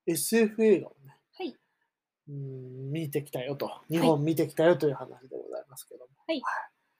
SF 映画をね、 はい。 見てきたよと、日はい。 本見てきたよという話でございますけども。 はい。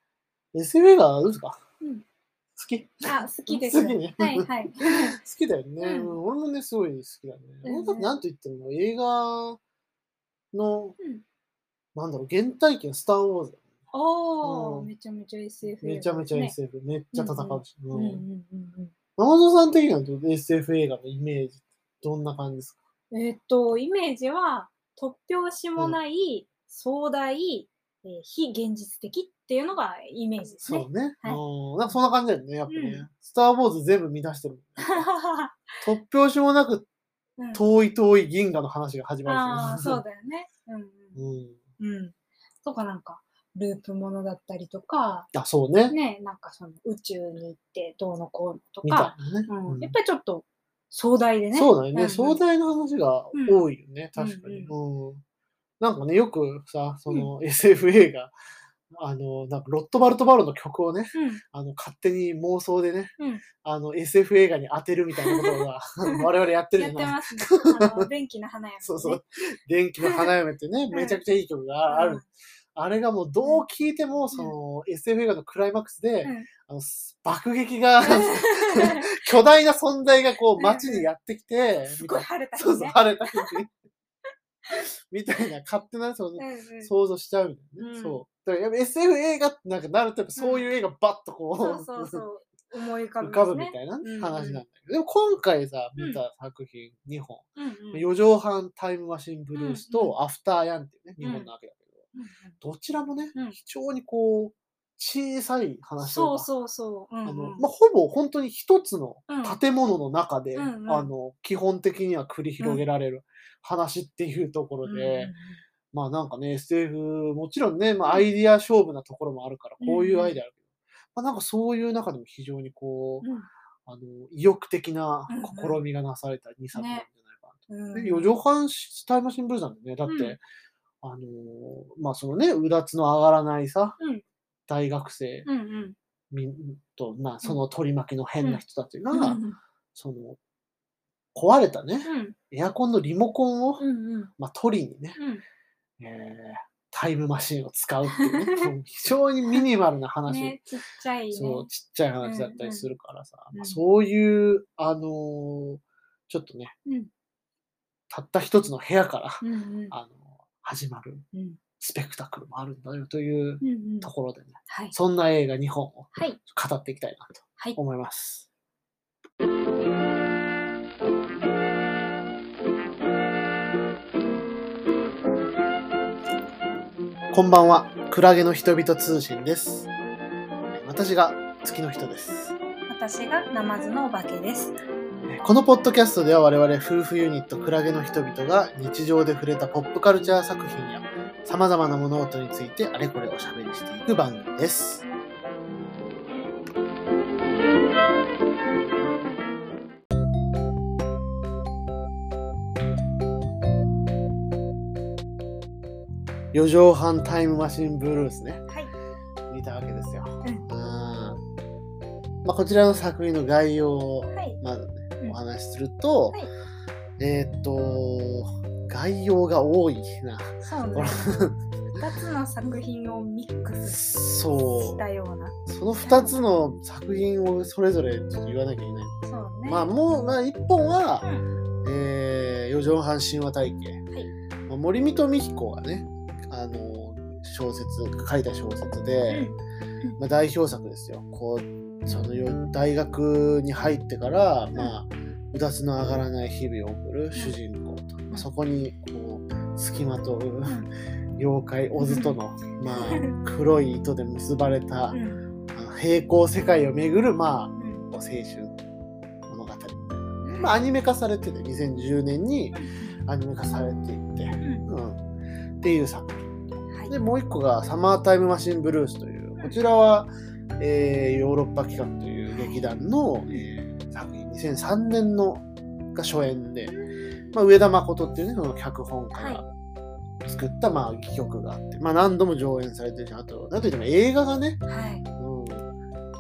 SF 映画はどうですか？ うん。 好き？ あ、好きです。 好きね。 はいはい。 好きだよね。 うん。 俺もね、すごい好きだね。俺だってうんうん。 なんと言っても映画の、 うん。 原体験スターウォーズだああ、 もん。 めちゃめちゃ SF めちゃめちゃ映画ですね。 SF、めっちゃ戦うんうん。 うし。 うんうんうんうん。 長澤さん的にはSF 映画のイメージどんな感じですか？ イメージは、突拍子もうん。 ない、壮大、非現実的っていうのがイメージですね。 そうね。 はい。 なんかそんな感じだよね、やっぱね。 うん。 スター・ウォーズ全部満たしてるもんね。突拍子もなくうん。 遠い遠い銀河の話が始まるしね。 ああ、そうだよね。うんうん。 うん。うん。とかループものだったりとか、 あ、そうね。 ね、宇宙に行ってどうのこうのとみたいか、 なね。 やっぱりちょっと壮大でね。 そうだよね。 うんうん。 壮大な話がうん。 多いよね、 うん確かに。 うん。 なんかね、よくさ、 うん。 SF 映画、なんかロットバルト・バロの曲をね、 うん。 勝手に妄想でね、 うん。 SF 映画に当てるみたいなことが我々やってるやっじゃない。 てますね。電気の花嫁でね。 そうそう。電気の花嫁ってね、めちゃくちゃいい曲がある。 うん。 あれがもうどう聴いても、 うん。 SF 映画のクライマックスで、 うん。 爆撃が巨大な存在がこう街にやってきて、 すごい晴れた日そうそう、 にね。 晴れた日にみたいな勝手なうん想像しちゃうみたいなね。 うん。うん。 そう。だからやっぱ SF 映画ってなんかなると、やっぱうん。 そういう映画バッとそうこうそうそう。思い浮か浮かびますね。 ぶみたいなうん話なんだうん。 けど、でも今回さ、 うん。 見た作品2本、 うんうん。 四畳半タイムマシンブうんうルースん。 とアフターヤンっていうね、 うん。 2本なわけだけど、 うんどちらもね、 うん。うん。 非常にこう、小さい話というか、 そうそうそう。うんうん。 ほぼほんとに一つのうん。 建物の中で、 うんうん。 基本的には繰りうん。 広げられる話っていうところうんうんうで、 ん。 なんかね、SF、もちろんね、 うん。 アイディア勝負なところもあるから、 うんこういうアうん。 イディアあるけど、なんかそういう中でも非常にこう、 うん。 意欲的なうん試みがなされた2 うん。 作なんじね。 ゃないかなうと。で、 んうん。 四畳半タイムマシンブルースなんでね、だっうん。 て、そのね、うだつの上がらないさ、 うん。 大学生うんうん。 みんと、 うん。 その取り巻きの変なうん。 人たちうんうが、 ん。 その、壊れたね、 うん。 エアコンのリモコンを、 うんうん。 取りにね、 うん。 ええ、タイムマシンを使うっていうね、非常にミニマルな話、 ね、ちっちゃいそう、 ね。 ちっちゃいうん話だったりうん。 するからさ、 うん。 そういう、ちょっとね、 うん。 たった一つの部屋から、 うんうん。 あの、始まるうん。 スペクタクルもあるんだよといううんうん。 ところでね、 はい。 そんな映画2本をはい。 語っていきたいなとはい。 思います。こんばんは、クラゲの人々通信です。私が月の人です。 私がナマズのお化けです。 このポッドキャストでは我々夫婦ユニットクラゲの人々が日常で触れたポップカルチャー作品や様々な物事についてあれこれおしゃべりしていく番組です。四畳半タイムマシンブルースね、 はい。 見たわけですよ。 うん。 こちらの作品の概要をはい。 まずね、 うんお話しすると、 はい。 概要が多いな。 そうね。2つの作品をミックスそうしたような。 その2つの作品をそれぞれちょっと言わなきゃいけない。 そうね。 1本は、 うん。 四畳半神話体系。 はい。 森見と美彦がね、書いた小説で、代表作ですよ。大学に入ってから、うだつの上がらない日々を送る主人公と、そこにこう付きまとう妖怪オズとの、黒い糸で結ばれた、平行世界をめぐる、青春物語。アニメ化されてて、2010年にアニメ化されていて、っていう作品。で、もう一個がサマータイムマシンブルースという、こちらは、ヨーロッパ企画という劇団の、作品、2003年のが初演で、上田誠っていうね、その脚本家が作った、戯曲があって、何度も上演されてるし、あと、なんといっても映画がね、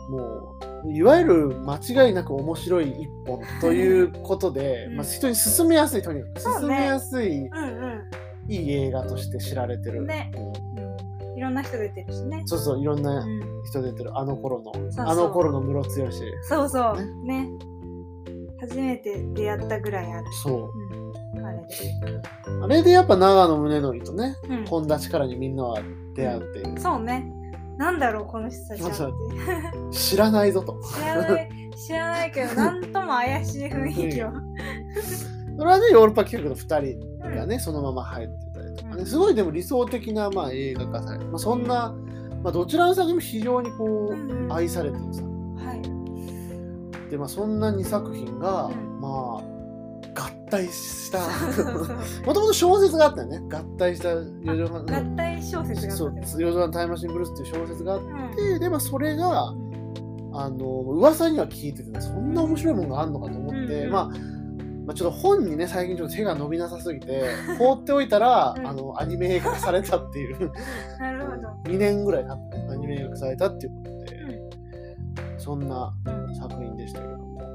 もういわゆる間違いなく面白い一本ということで、 うんまあ、人に勧めやすい、とにかくそうね勧めやすい、 うんういい映画として知られてる、 ねん。いろんな人出てるしね。 そうそう、いろんなうん人出てる、あの頃のそうあの頃のムロツヨシ、 そうそうねね。初めて出会ったぐらいある。 そあれで。 う、あれでやっぱ長野宗則とね、 うん本田力にみんなは出会うっていう、 そうね。なんだろうこの人たちはって。 知らないぞと。 知らないけど、なんとも怪しい雰囲気は。 それはね、ヨーロッパ企画の2人がね、そのまま入ってたりとかね、 うんすごいでも理想的な、まあ、映画化されて、まあ、そんな、まあ、どちらの作品も非常にこうんうんう愛されてるさ。 はい。 で、まあ、そんな2作品が、 うんまあ、合体したそうそうそうもともと小説があったよね、合体した四畳半合体小説があそうった四畳半タイムマシンブルースっていう小説があっうんて、で、まあ、それが噂には聞いてて、ね、そんな面白いものがあるのかと思って、 うんまあ、ちょっと本にね最近ちょっと手が伸びなさすぎて放っておいたら、 うんアニメ映画化されたっていうなるほど。 2年ぐらい経って、ね、アニメ映画化されたっていうことで、そんなうん作品でしたけども、 はい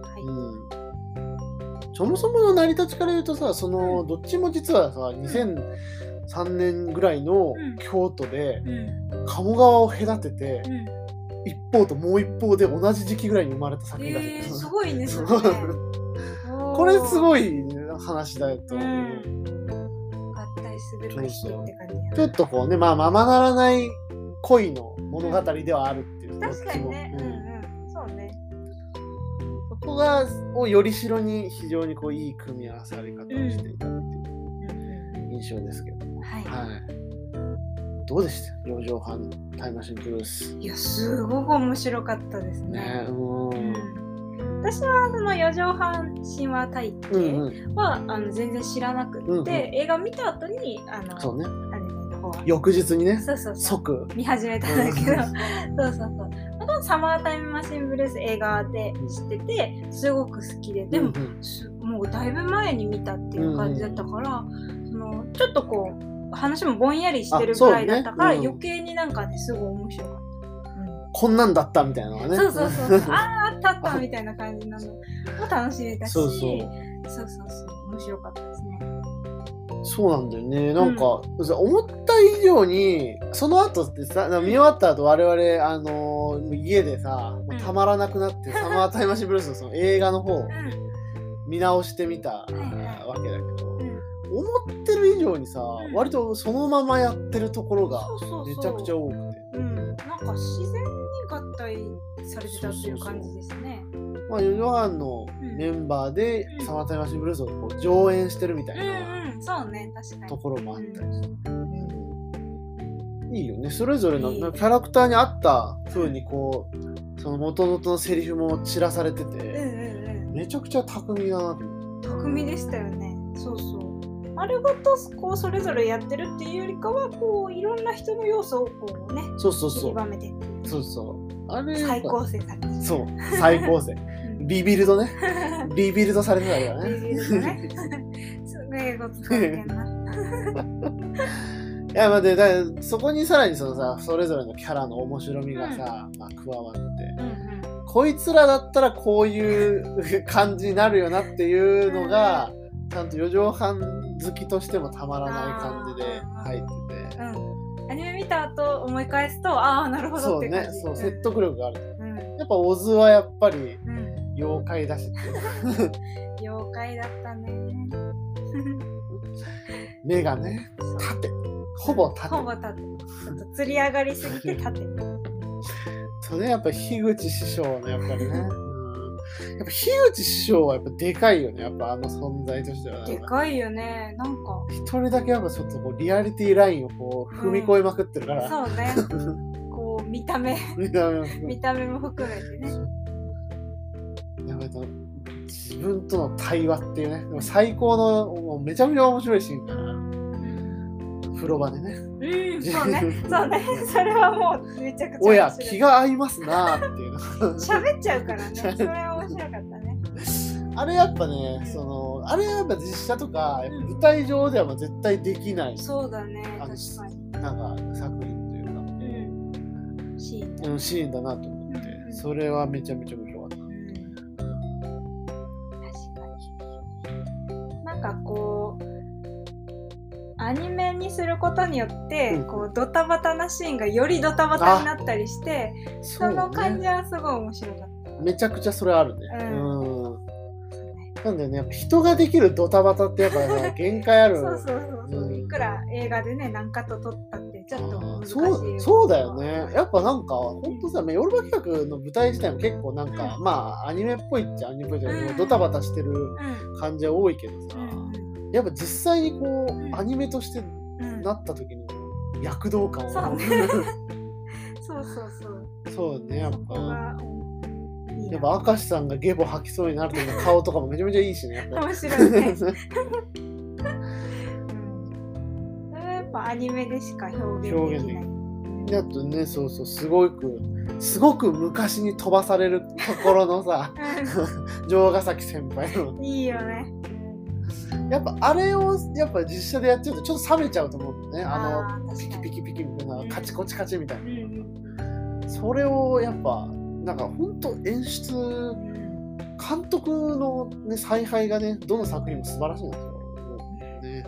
そもそもの成り立ちから言うとさ、そのどっちも実はさ2003年ぐらいの京都で鴨川を隔てて、一方ともう一方で同じ時期ぐらいに生まれた作品だけど、 すごいね、それね。 これすい。 ごい話だよと、 合体するか否って感じやちょっとこうね、まあままならない恋の物語ではあるっていう、 確かにね。 どっちもそうね。 そこがをよりしろに非常にこういい組み合わされ方をしていたっていう印象ですけど、 はい。 どうでした四畳半タイムマシンブルース。 いや、すごく面白かったですね。 ね、 私はその四畳半神話体系は、全然知らなくって、映画見た後にそうね、 アニメの方は翌日にねそう即見始めたんだけど、あとサマータイムマシンブルース映画で知っててすごく好きで、でも、もうだいぶ前に見たっていう感じだったから、ちょっとこう話もぼんやりしてるぐらいだったから、余計になんかねすごい面白かった。 こんなんだったみたいなのがね。 そうあったみたいな感じなのも楽しめたし、そう面白かったですね。 そうなんだよね。なんか、思った以上にその後ってさ、見終わった後我々家でさ、たまらなくなってサマータイムマシンブルースのその映画の方を見直してみたわけだけど、思ってる以上にさ、割とそのままやってるところがめちゃくちゃ多くて、 なんか自然に合体されてたっていう感じですね。 まあ、四畳半のメンバーでサマータイムマシンブルースをこう上演してるみたいなそうね、確かにところもあったりして、いいよね。それぞれのキャラクターに合った風にこうその元々のセリフも散らされてて、めちゃくちゃ巧みだなと思って。 巧みでしたよね。そうそう。丸ごとこうそれぞれやってるっていうよりかはこういろんな人の要素をこうね、散りばめて、あれ再構成されて、 再構成リビルドねリビルドされてたよね。 リビルドねすごいことだけんな。 いや、まあでそこにさらにそのさ、それぞれのキャラの面白みがさ、まあ、加わって、こいつらだったらこういう感じになるよなっていうのが、ちゃんと四畳半好きとしてもたまらない感じで入ってて、 アニメ見た後思い返すと、ああなるほどって感じ。 そう説得力がある。やっぱオズはやっぱり妖怪だしって妖怪だったね。 目がね縦、ほぼ縦、ちょっと釣り上がりすぎて縦。 それやっぱ樋口師匠のやっぱりね、やっぱ樋口師匠はやっぱでかいよね、やっぱ存在としては。 でかいよね。なんか一人だけやっぱちょっとこうリアリティラインをこう踏み越えまくってるから、 そうね。こう見た目も含めてね。 やっぱり自分との対話っていうね、でも最高のもうめちゃめちゃ面白いシーンだな。風呂場でね。 そうね。それはもうめちゃくちゃ面白い。 おや気が合いますなーっていうの。 喋っちゃうからね。それは面白かったね。 あれやっぱね、あれやっぱ実写とか舞台上では絶対できない。 そうだね。確かに。 なんか作品というか、シーンだなと思って。 それはめちゃめちゃ面白かった。 確かに。なんかこうアニメにすることによって、こうドタバタなシーンがよりドタバタになったりして、その感じはすごい面白かった。 めちゃくちゃそれあるね。なんだよね、やっぱ人ができるドタバタってやっぱ、ね、限界ある。 そう、いくら映画でね何かと撮ったってちょっと難しい。 そうだよね。やっぱなんか本当さ、ヨーロバ企画の舞台自体も結構なんか、まあアニメっぽいっちゃアニメっぽいけど、ドタバタしてる感じは多いけどさ、やっぱ実際にこう、アニメとしてなった時の躍動感は、そうね、やっぱ明石さんがゲボ吐きそうになる時の顔とかもめちゃめちゃいいしね。 面白いね。それはやっぱアニメでしか表現できない。 あとね、そうすごく昔に飛ばされるところのさ、城ヶ崎先輩のいいよね。 やっぱあれをやっぱ実写でやっちゃうとちょっと冷めちゃうと思うんだよね。ピキピキピキみたいな、カチコチカチみたいな。それをやっぱなんか本当演出監督のね采配がね、どの作品も素晴らしいんですよ。ね、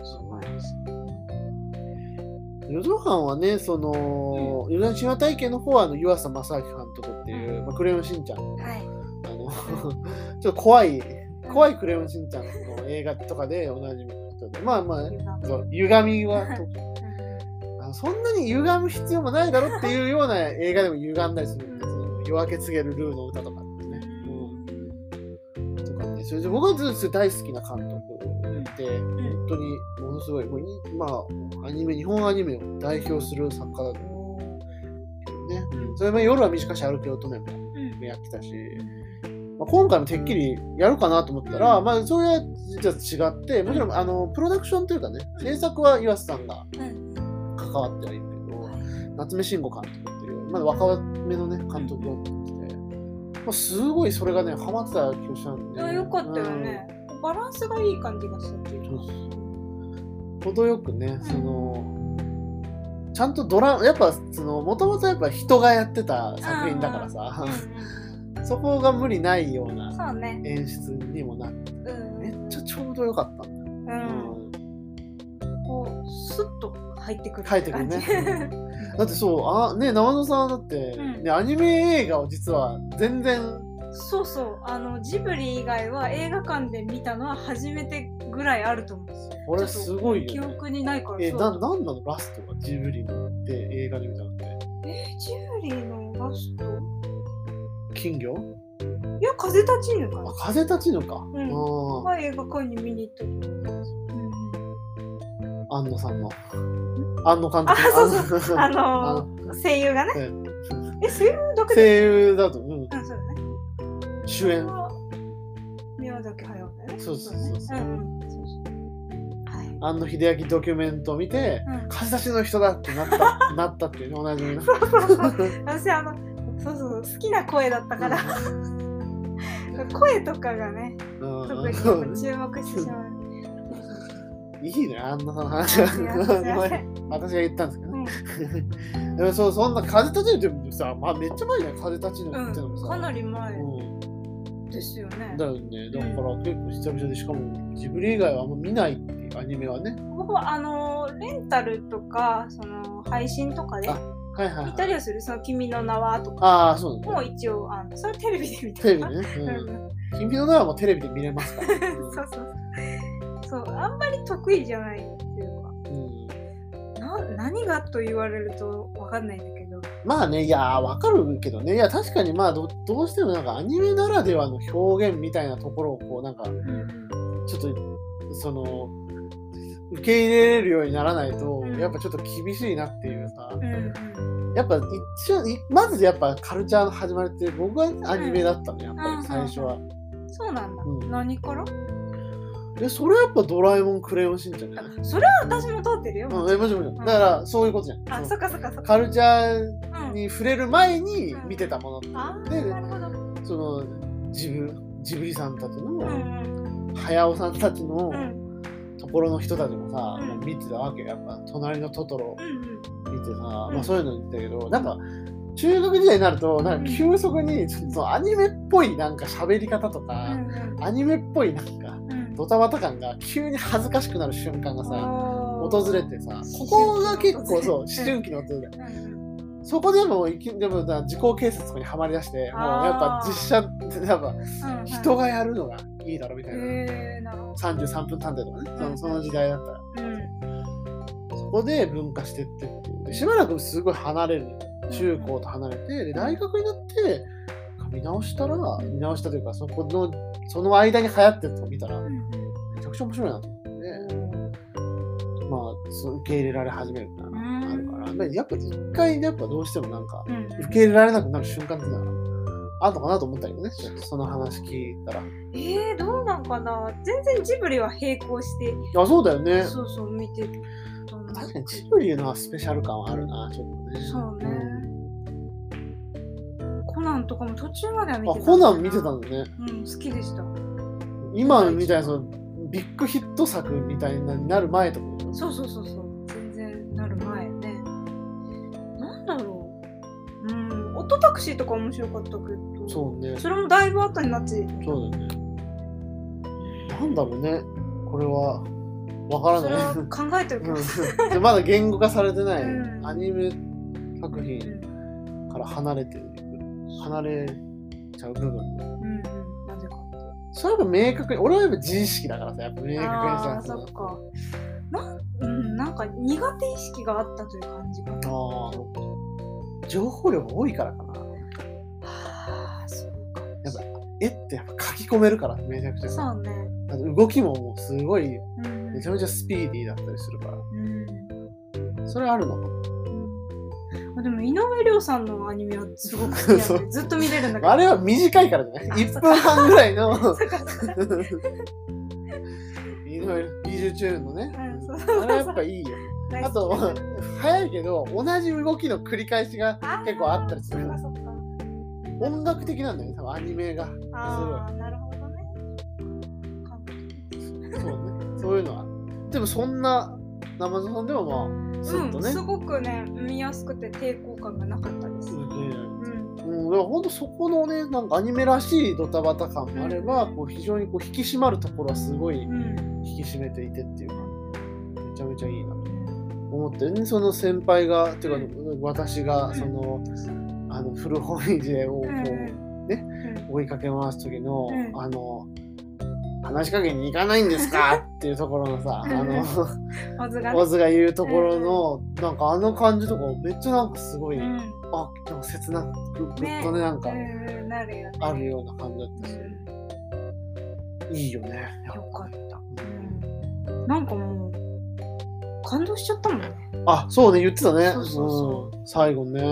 四畳半はね、その四畳神話体験の方は湯浅正明監督っていう、クレヨンしんちゃんの、ちょっと怖いクレヨンしんちゃんの映画とかでおなじみの人で、歪みはそんなに歪む必要もないだろっていうような映画でも歪んだりするんですよ。夜明け告げるルーの歌とかね。とかね、それで僕はずっと大好きな監督で、本当にものすごい、日本アニメを代表する作家だと思うけどね。それも夜は短し歩け乙女もやってたし、今回もてっきりやるかなと思ったら、それは実は違って、もちろんプロダクションというかね、制作は岩瀬さんが関わってはいるけど、夏目慎吾監督っていう、まだ若めのね、監督がってて、すごいそれがね、ハマってた気がしたんで。 よかったよね。バランスがいい感じがするっていうか。 程よくね、ちゃんとやっぱもともとやっぱ人がやってた作品だからさ、そこが無理ないような演出にもなって、めっちゃちょうどよかったんだよ。 こうスッと入ってくるね。だってそうね、長野さんだってね、アニメ映画を実は全然ジブリ以外は映画館で見たのは初めてぐらいあると思うんですよ。 これすごいよね。 記憶にないからなんなのラストがジブリので映画で見たのって。 ジブリのラスト？ 金魚？ いや、風立ちぬかな。 風立ちぬか。 映画館に見に行ったと思います。 安野さんの。安野監督。声優がね。声優だけ？ 声優だと。そうだね。主演。 宮崎駿だよね。 そう。庵野秀明ドキュメントを見て、風立ちの人だってなったっていうね、同じみの。 私好きな声だったから声とかがね、特に注目してしまう。 いいね、あんな話は私が言ったんですけどね。でもそんな風立ちぬってさ、めっちゃ前じゃない、風立ちぬってのもさ、 かなり前ですよね。 だよね。だから結構久々で、しかもジブリ以外はあんま見ないっていうアニメはね。 僕はレンタルとか配信とかで見たりはする。君の名はとかもう一応それテレビで見た。 テレビでね。君の名はもうテレビで見れますから。 そうあんまり得意じゃないっていうか、何がと言われると分かんないんだけど、 いや分かるけどね。いや確かにどうしてもなんかアニメならではの表現みたいなところをこうなんかちょっと受け入れれるようにならないと、やっぱちょっと厳しいなっていうさ、やっぱまずやっぱカルチャーの始まりって僕はアニメだったの、やっぱり最初は。 そうなんだ。何から？ それはやっぱドラえもんクレヨンしんちゃんじゃない？ それは私も通ってるよ。 もちろん。だからそういうことじゃん。 そっか。 カルチャーに触れる前に見てたもので、ジブリさんたちの、早尾さんたちのところの人たちもさ、見てたわけよ。やっぱ隣のトトロ見てさ、そういうの言ってたけど、なんか中学時代になるとなんか急速にちょっとアニメっぽいなんか喋り方とか、アニメっぽいなんかドタバタ感が急に恥ずかしくなる瞬間がさ訪れてさ、ここが結構そう思春期の訪れ、そこでもうでも時効警察とかにはまりだして、もうやっぱ実写ってやっぱ人がやるのがいいだろみたいな、33分探偵とかね、その時代だったら、そこで分化してってっていうで、しばらくすごい離れる、中高と離れて、で大学になって見直したというか、その間に流行ってるとこ見たら、めちゃくちゃ面白いなと思って、まあ受け入れられ始めるみたいなのがあるから、やっぱ一回やっぱどうしてもなんか受け入れられなくなる瞬間ってのはあるのかなと思ったけどね、その話聞いたら。 どうなんかな。全然ジブリは並行して。 そうだよね。 そうそう見てる。 確かにジブリのはスペシャル感はあるな、ちょっとね。 そうね。コナンとかも途中までは見てた。 コナン見てたんだね。 好きでした。 今みたいなそのビッグヒット作みたいになる前とか。 そう。全然なる前ね。なんだろう。オトタクシーとか面白かったけど。 そうね。 それもだいぶ後になっちゃう。 そうだよね。なんだろうね。これはわからない。 それは考えてるけど。 まだ言語化されてないアニメ作品から離れちゃう部分。 なぜか。 それは明確に、俺はやっぱ自意識だからさ、やっぱ明確にさ。 そっか。なんか苦手意識があったという感じかな。 情報量が多いからかな。 そうか。 やっぱ絵ってやっぱ書き込めるから、めちゃくちゃ。 そうね。 動きももうすごい、めちゃめちゃスピーディーだったりするから。それはあるのかな。でも井上涼さんのアニメはすごく好きなんでずっと見れるんだけど。 あれは短いからじゃない？1分半ぐらいの井上美術中のね。あれはやっぱいいよ。あと早いけど同じ動きの繰り返しが結構あったりする。音楽的なんだよね、多分アニメが。すごい。 なるほどね。 そうね。そういうのは。でもそんな生さんでもまあスッとね。 すごくね見やすくて抵抗感がなかったです。 だからほんとそこのね、なんかアニメらしいドタバタ感もあれば、こう非常にこう引き締まるところはすごい引き締めていてっていうか、めちゃめちゃいいなと思ってね。その先輩がっていうか、私がその古本市をこうね、追いかけ回す時の話しかけに行かないんですかっていうところのさ、オズが言うところのなんかあの感じとかめっちゃなんかすごい、なんか切なくぐっとねなんかあるような感じだったし、いいよね。 よかった。なんかもう感動しちゃったもんね。 そうね、言ってたね。最後ね。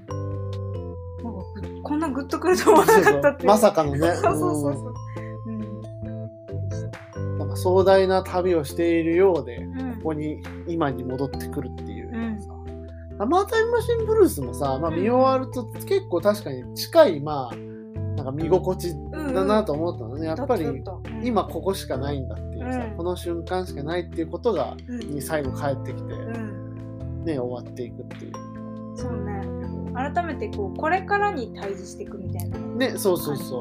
こんなグッとくると思わなかったっていう。 まさかのね。 そう。 なんか壮大な旅をしているようで、ここに今に戻ってくるっていうさ。サマータイムマシンブルースもさ、見終わると結構確かに近いなんか見心地だなと思ったのね。やっぱり今ここしかないんだっていうさ、この瞬間しかないっていうことがに最後帰ってきてね、終わっていくっていう。 そうね。改めてこれからに対峙していくみたいなね。そう。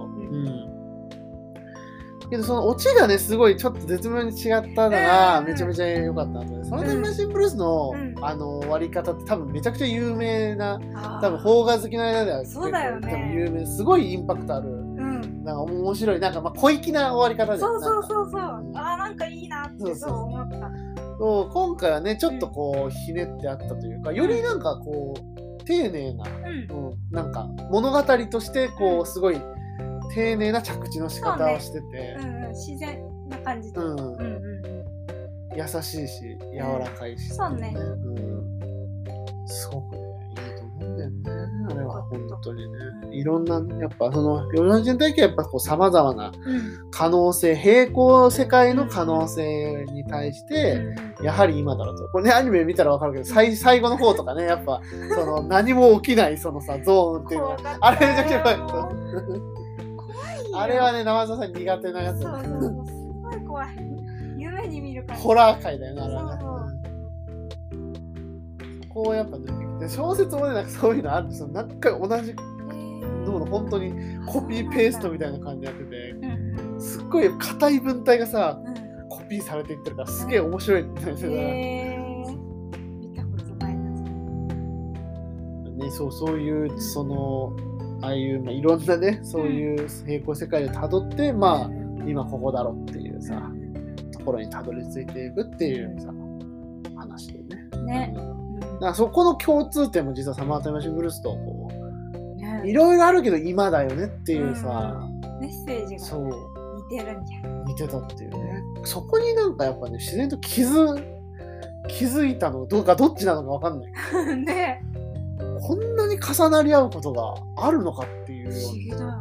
けどそのオチがねすごいちょっと絶妙に違ったのがめちゃめちゃ良かったなと思って、サマータイムマシンブルースの終わり方って多分めちゃくちゃ有名な、多分邦画好きの間では結構多分有名、すごいインパクトある、なんか面白い、なんか小粋な終わり方で。 そうなんかいいなってそう思った。 今回はねちょっとひねってあったというか、よりなんか丁寧な、なんか物語としてすごい丁寧な着地の仕方をしてて、 自然な感じで、 優しいし柔らかいし、 そうね、 すごくねいいと思うんだよね、あれは本当にね。いろんなやっぱその世の中体系はやっぱ様々な可能性、平行世界の可能性に対して、やはり今だろうと。これねアニメ見たらわかるけど、最後の方とかね、やっぱその何も起きないそのさゾーンっていうのがあれめちゃくちゃ怖い。あれはね、生澤さん苦手なやつ。 そうすごい怖い。夢に見るから。 ホラー界だよね、あれはね。そここをやっぱ抜けて、小説もねなんかそういうのあるんですよ。何回同じのを本当にコピーペーストみたいな感じでやってて、すっごい硬い文体がさ、コピーされていってるからすげえ面白いんですよね。 見たことないな。 ね、そういうそのああいう、まあ、いろんなねそういう平行世界をたどって、まあ今ここだろっていうさ、ところにたどり着いていくっていうさ、話でね。だからそこの共通点も実はサマータイムマシンブルースとこういろいろあるけど今だよねっていうさ、 メッセージが似てるんじゃん。 似てたっていうね。そこになんかやっぱね自然と気づいたのどっちなのか分かんないね、 こんなに重なり合うことがあるのかっていうよ不思議だよ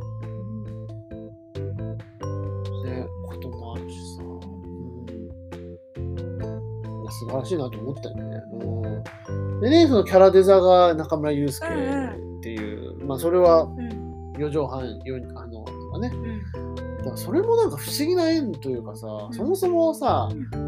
ね、こともあるしさ、いや素晴らしいなと思ったよね。でね、そのキャラデザが中村祐介っていう、まあそれは四畳半とかね、だからそれもなんか不思議な縁というかさ、そもそもさ、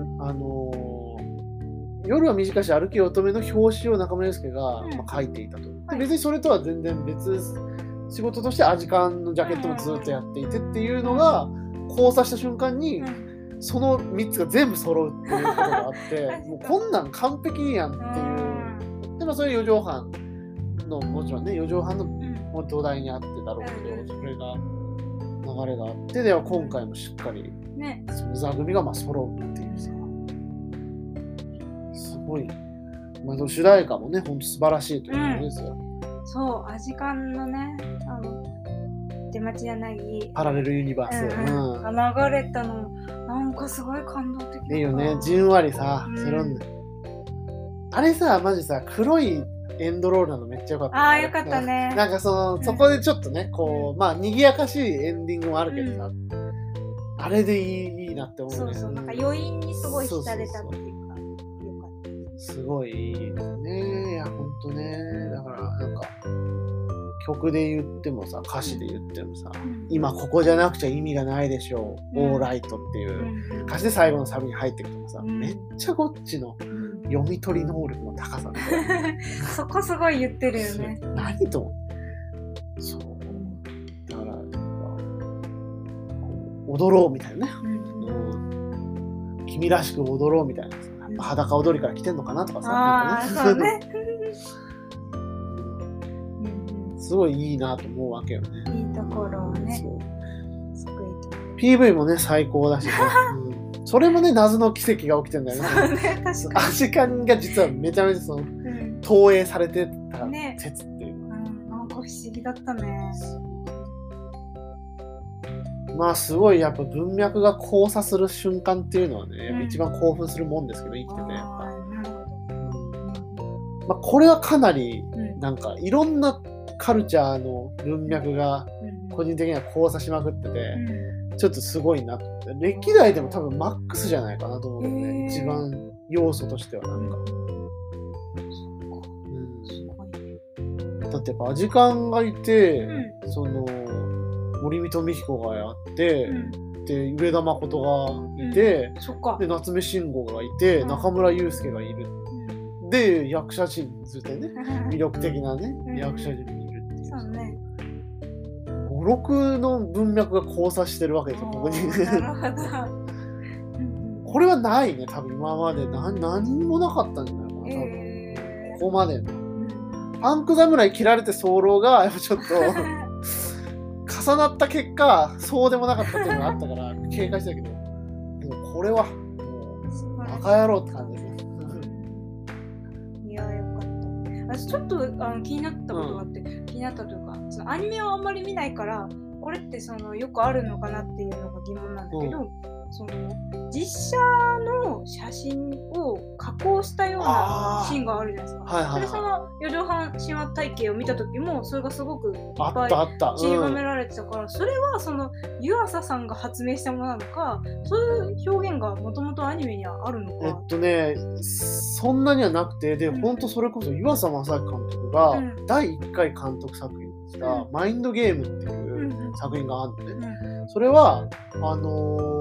夜は短し歩き乙女の表紙を中村祐介が、書いていたと。で別にそれとは全然別仕事としてアジカンのジャケットもずっとやっていてっていうのが交差した瞬間に、その3つが全部揃うっていうことがあってもうこんなん完璧やんっていう。でもそれ四畳半のもちろんね四畳半の土台にあってだろうけど、それが流れがあってでは今回もしっかりその座組が揃うっていうさ、すごい、まあ、主題歌もね本当素晴らしいということですよ。 そうアジカンのね出町柳パラレルユニバース、 流れたのなんかすごい感動的だ。 いいよね、じんわりさ、それあれさマジさ黒いエンドロールなのめっちゃ良かった、ね。 ああよかったね。 なんかそこでちょっとねこうまあ賑やかしいエンディングもあるけどさ、あれでいいなって思うね。 そうなんか余韻にすごい浸れたっていうか、よかった。 すごいいいですね。いやほんとね、だからなんか曲で言ってもさ歌詞で言ってもさ、今ここじゃなくちゃ意味がないでしょう、オーライトっていう歌詞で最後のサビに入ってくるとかさ、めっちゃこっちの読み取り能力の高さでそこすごい言ってるよね。 何と思ってそうだから踊ろうみたいなね、君らしく踊ろうみたいなさ、やっぱ裸踊りから来てんのかなとかさ、なんかねすごいいいなと思うわけよね。 いいところをね。すごいと。 PV もね最高だしね。それもね謎の奇跡が起きてんだよね。 そうね、確かに。 アジカンが実はめちゃめちゃ投影されてた説っていう、 なんか不思議だったね。 まあすごいやっぱ文脈が交差する瞬間っていうのはね、一番興奮するもんですけど生きててやっぱ。まあこれはかなりなんかいろんなカルチャーの文脈が個人的には交差しまくってて、ちょっとすごいなと思って、歴代でも多分マックスじゃないかなと思うね、一番要素としてはなんか、だってやっぱアジカンがいて、その森見と美彦がやって、で上田誠がいて、で夏目慎吾がいて、中村祐介がいる、で役者陣つってね魅力的なね、役者陣もいるっていう。そうね。5、6の文脈が交差してるわけですよ、ここに。これはないね、多分今まで何もなかったんじゃないかな、多分。ここまでの。パンク侍切られて早漏がやっぱちょっと重なった結果、そうでもなかったっていうのがあったから警戒してたけど、でもこれはもうバカ野郎って感じですね。 いやよかった。私ちょっと気になったことがあって、気になったというか、そのアニメをあんまり見ないからこれってそのよくあるのかなっていうのが疑問なんだけど、その実写の写真を加工したようなシーンがあるじゃないですか。それその四畳半神話体系を見た時もそれがすごくいっぱい散りばめられてたから、それはその湯浅さんが発明したものなのか、そういう表現がもともとアニメにはあるのか。 そんなにはなくて、で本当それこそ湯浅正明監督が第1回監督作品にしたマインドゲームっていう作品があるのね。それは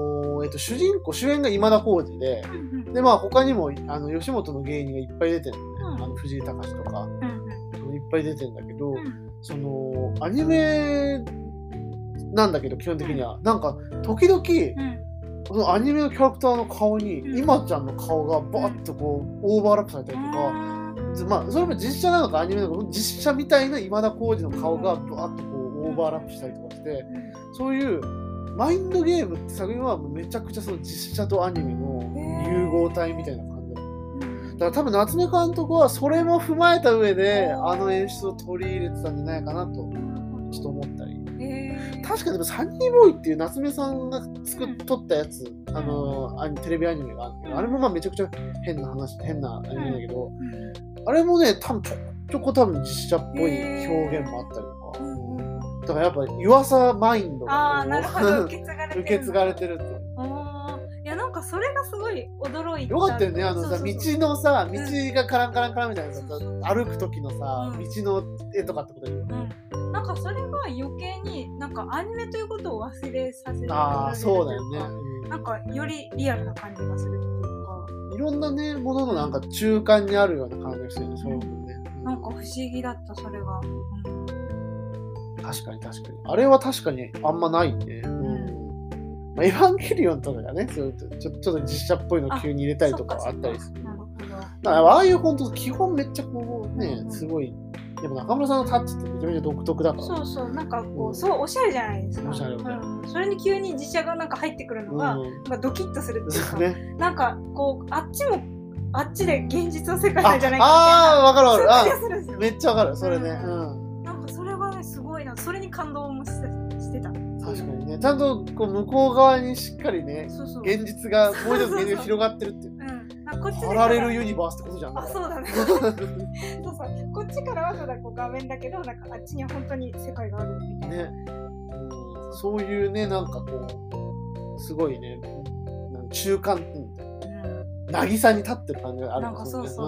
主演が今田耕司で、で他にも吉本の芸人がいっぱい出てるのね、藤井隆とか、いっぱい出てるんだけど、そのアニメなんだけど基本的にはなんか時々、このアニメのキャラクターの顔に今ちゃんの顔がバーッとこうオーバーラップされたりとか、それも実写なのかアニメなのか実写みたいな今田耕司の顔がバーッとこうオーバーラップしたりとかして、そういうマインドゲームって作品はめちゃくちゃその実写とアニメの融合体みたいな感じだ。だから多分夏目監督はそれも踏まえた上で演出を取り入れてたんじゃないかなとちょっと思ったり。確かにでもサニーボーイっていう夏目さんが撮ったやつ、テレビアニメがあるんだけど、あれもめちゃくちゃ変なアニメだけど、あれもね多分ちょこ多分実写っぽい表現もあったりとか、だからやっぱ湯浅マインドが受け継がれてるっていう。 いやなんかそれがすごい驚いた。 よかったよね、道のさ、道がカランカランカランみたいなさ、歩く時のさ、道の絵とかってことだよね。 なんかそれが余計になんかアニメということを忘れさせる。 そうだよね。 なんかよりリアルな感じがするっていうか。 いろんなねもののなんか中間にあるような感じがしてるね、そういうのね。 なんか不思議だったそれが。 確かにあれは確かにあんまないね。エヴァンゲリオンとかがね、ちょっと実写っぽいの急に入れたりとかあったりする。だからああいう本当基本めっちゃこうね、すごい。でも中村さんのタッチってめちゃめちゃ独特だから。 そうなんかこう、そうおしゃれじゃないですか。それに急に実写がなんか入ってくるのが、なんかドキッとするっていうか、なんかこうあっちで現実の世界なんじゃないかみたいな。 わかる。めっちゃわかるそれね。 なんかそれがねすごいな、それに感動もしてた。 確かにね、ちゃんとこう向こう側にしっかりね、現実がもう一つ現実が広がってるっていう。パラレルユニバースってことじゃん。 そうだね。こっちからはただこう画面だけど、なんかあっちには本当に世界があるみたいな。ね。 そういうね、なんかこうすごいね、中間渚に立ってる感じがあるんですよね。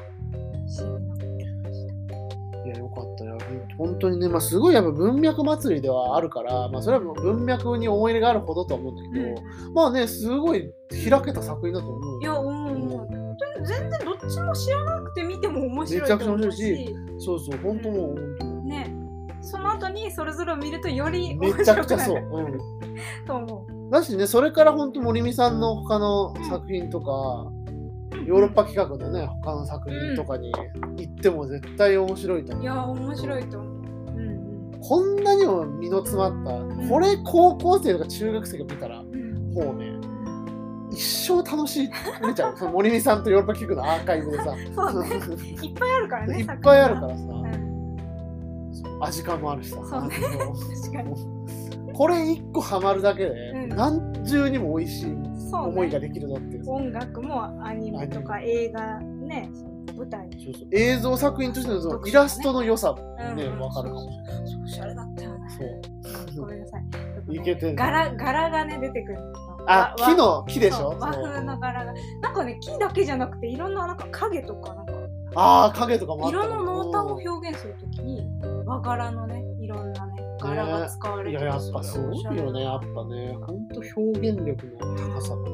いやよかったよ。本当にね、すごいやっぱ文脈祭りではあるから、それは文脈に思い入れがあるほどとは思うんだけど、ねすごい開けた作品だと思う。 いや全然どっちも知らなくて見ても面白いと思うし、 そう本当もうね、その後にそれぞれを見るとよりめちゃくちゃそうと思う。 だしね、それから本当森美さんの他の作品とか、ヨーロッパ企画のね他の作品とかに行っても絶対面白いと思う。 いや面白いと思う。 こんなにも身の詰まった、これ高校生とか中学生が見たら、もうね一生楽しい見ちゃう。その森美さんとヨーロッパ企画のアーカイブでさ、 いっぱいあるからね。 いっぱいあるからさ、味感もあるしさ、 確かにこれ1個ハマるだけで、何重にも美味しい思いができるぞっていう。 音楽もアニメとか映画ね、舞台。 映像作品としてのそのイラストの良さね、分かるかもしれない。 おしゃれだったよね。ごめんなさい。 いけてる。 柄がね出てくる。 木でしょ。 和風の柄がなんかね、木だけじゃなくていろんななんか影とかなんか。 影とかもあった。 色の濃淡を表現するときに和柄のね、いろんなね柄が使われてる。 いややっぱすごいよね、やっぱね、本当表現力の高さが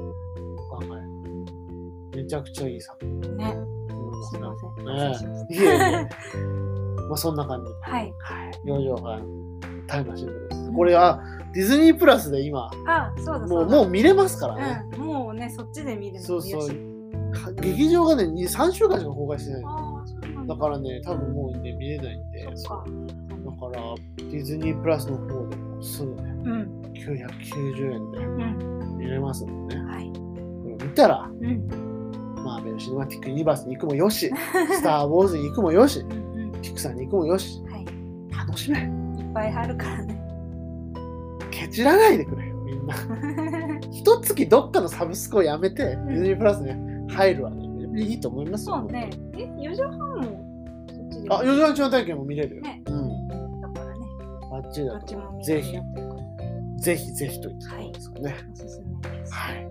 めちゃくちゃいい作品ね。すみません。 いえそんな感じ。 はい。 4畳半タイムマシン部です。これはディズニープラスで今もう見れますからね。 もうねそっちで見るの。 そう劇場がね3週間しか公開してない。だからね多分もうね見れないんで。だからディズニープラスの方でもすぐね990円で見れますのでね。これを見たら。マーベル・シネマティック・ユニバースに行くもよし、スター・ウォーズに行くもよし、ピクサーに行くもよし、楽しめ。いっぱいあるからね。 ケチらないでくれよ、みんな。一月どっかのサブスクをやめて、ディズニープラスね、入るわね。いいと思いますよ。 そうね。4時半もそっちで。 4時半超体験も見れるよ。 だからね。 バッチリだと思う。ぜひといったところですかね。 おすすめです。 はい。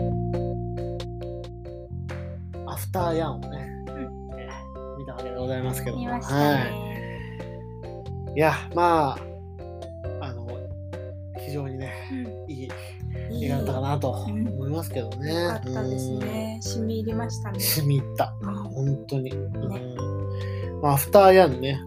アフターヤンをね、見たわけでございます。 ますけども。 見ましたね。 いや、まあ、非常にね、いい映画だったかなと思いますけどね。 よかったですね。染み入りましたね。 染み入った。本当に。アフターヤンね、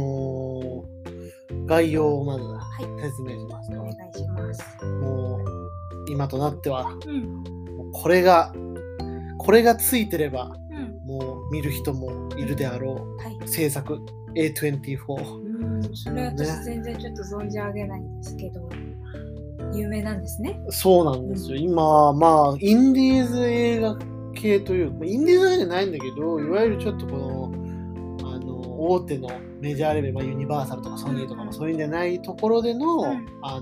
概要をまず説明しますと。 お願いします。 もう、今となっては、もうこれがついてれば、もう見る人もいるであろう、制作 A24。 それ私全然ちょっと存じ上げないんですけど、有名なんですね。 そうなんですよ。今、まあ、インディーズ映画系というか、インディーズ映画じゃないんだけど、いわゆるちょっとこの、大手のメジャーレベル、ユニバーサルとかソニーとかもそういうんじゃないところでの、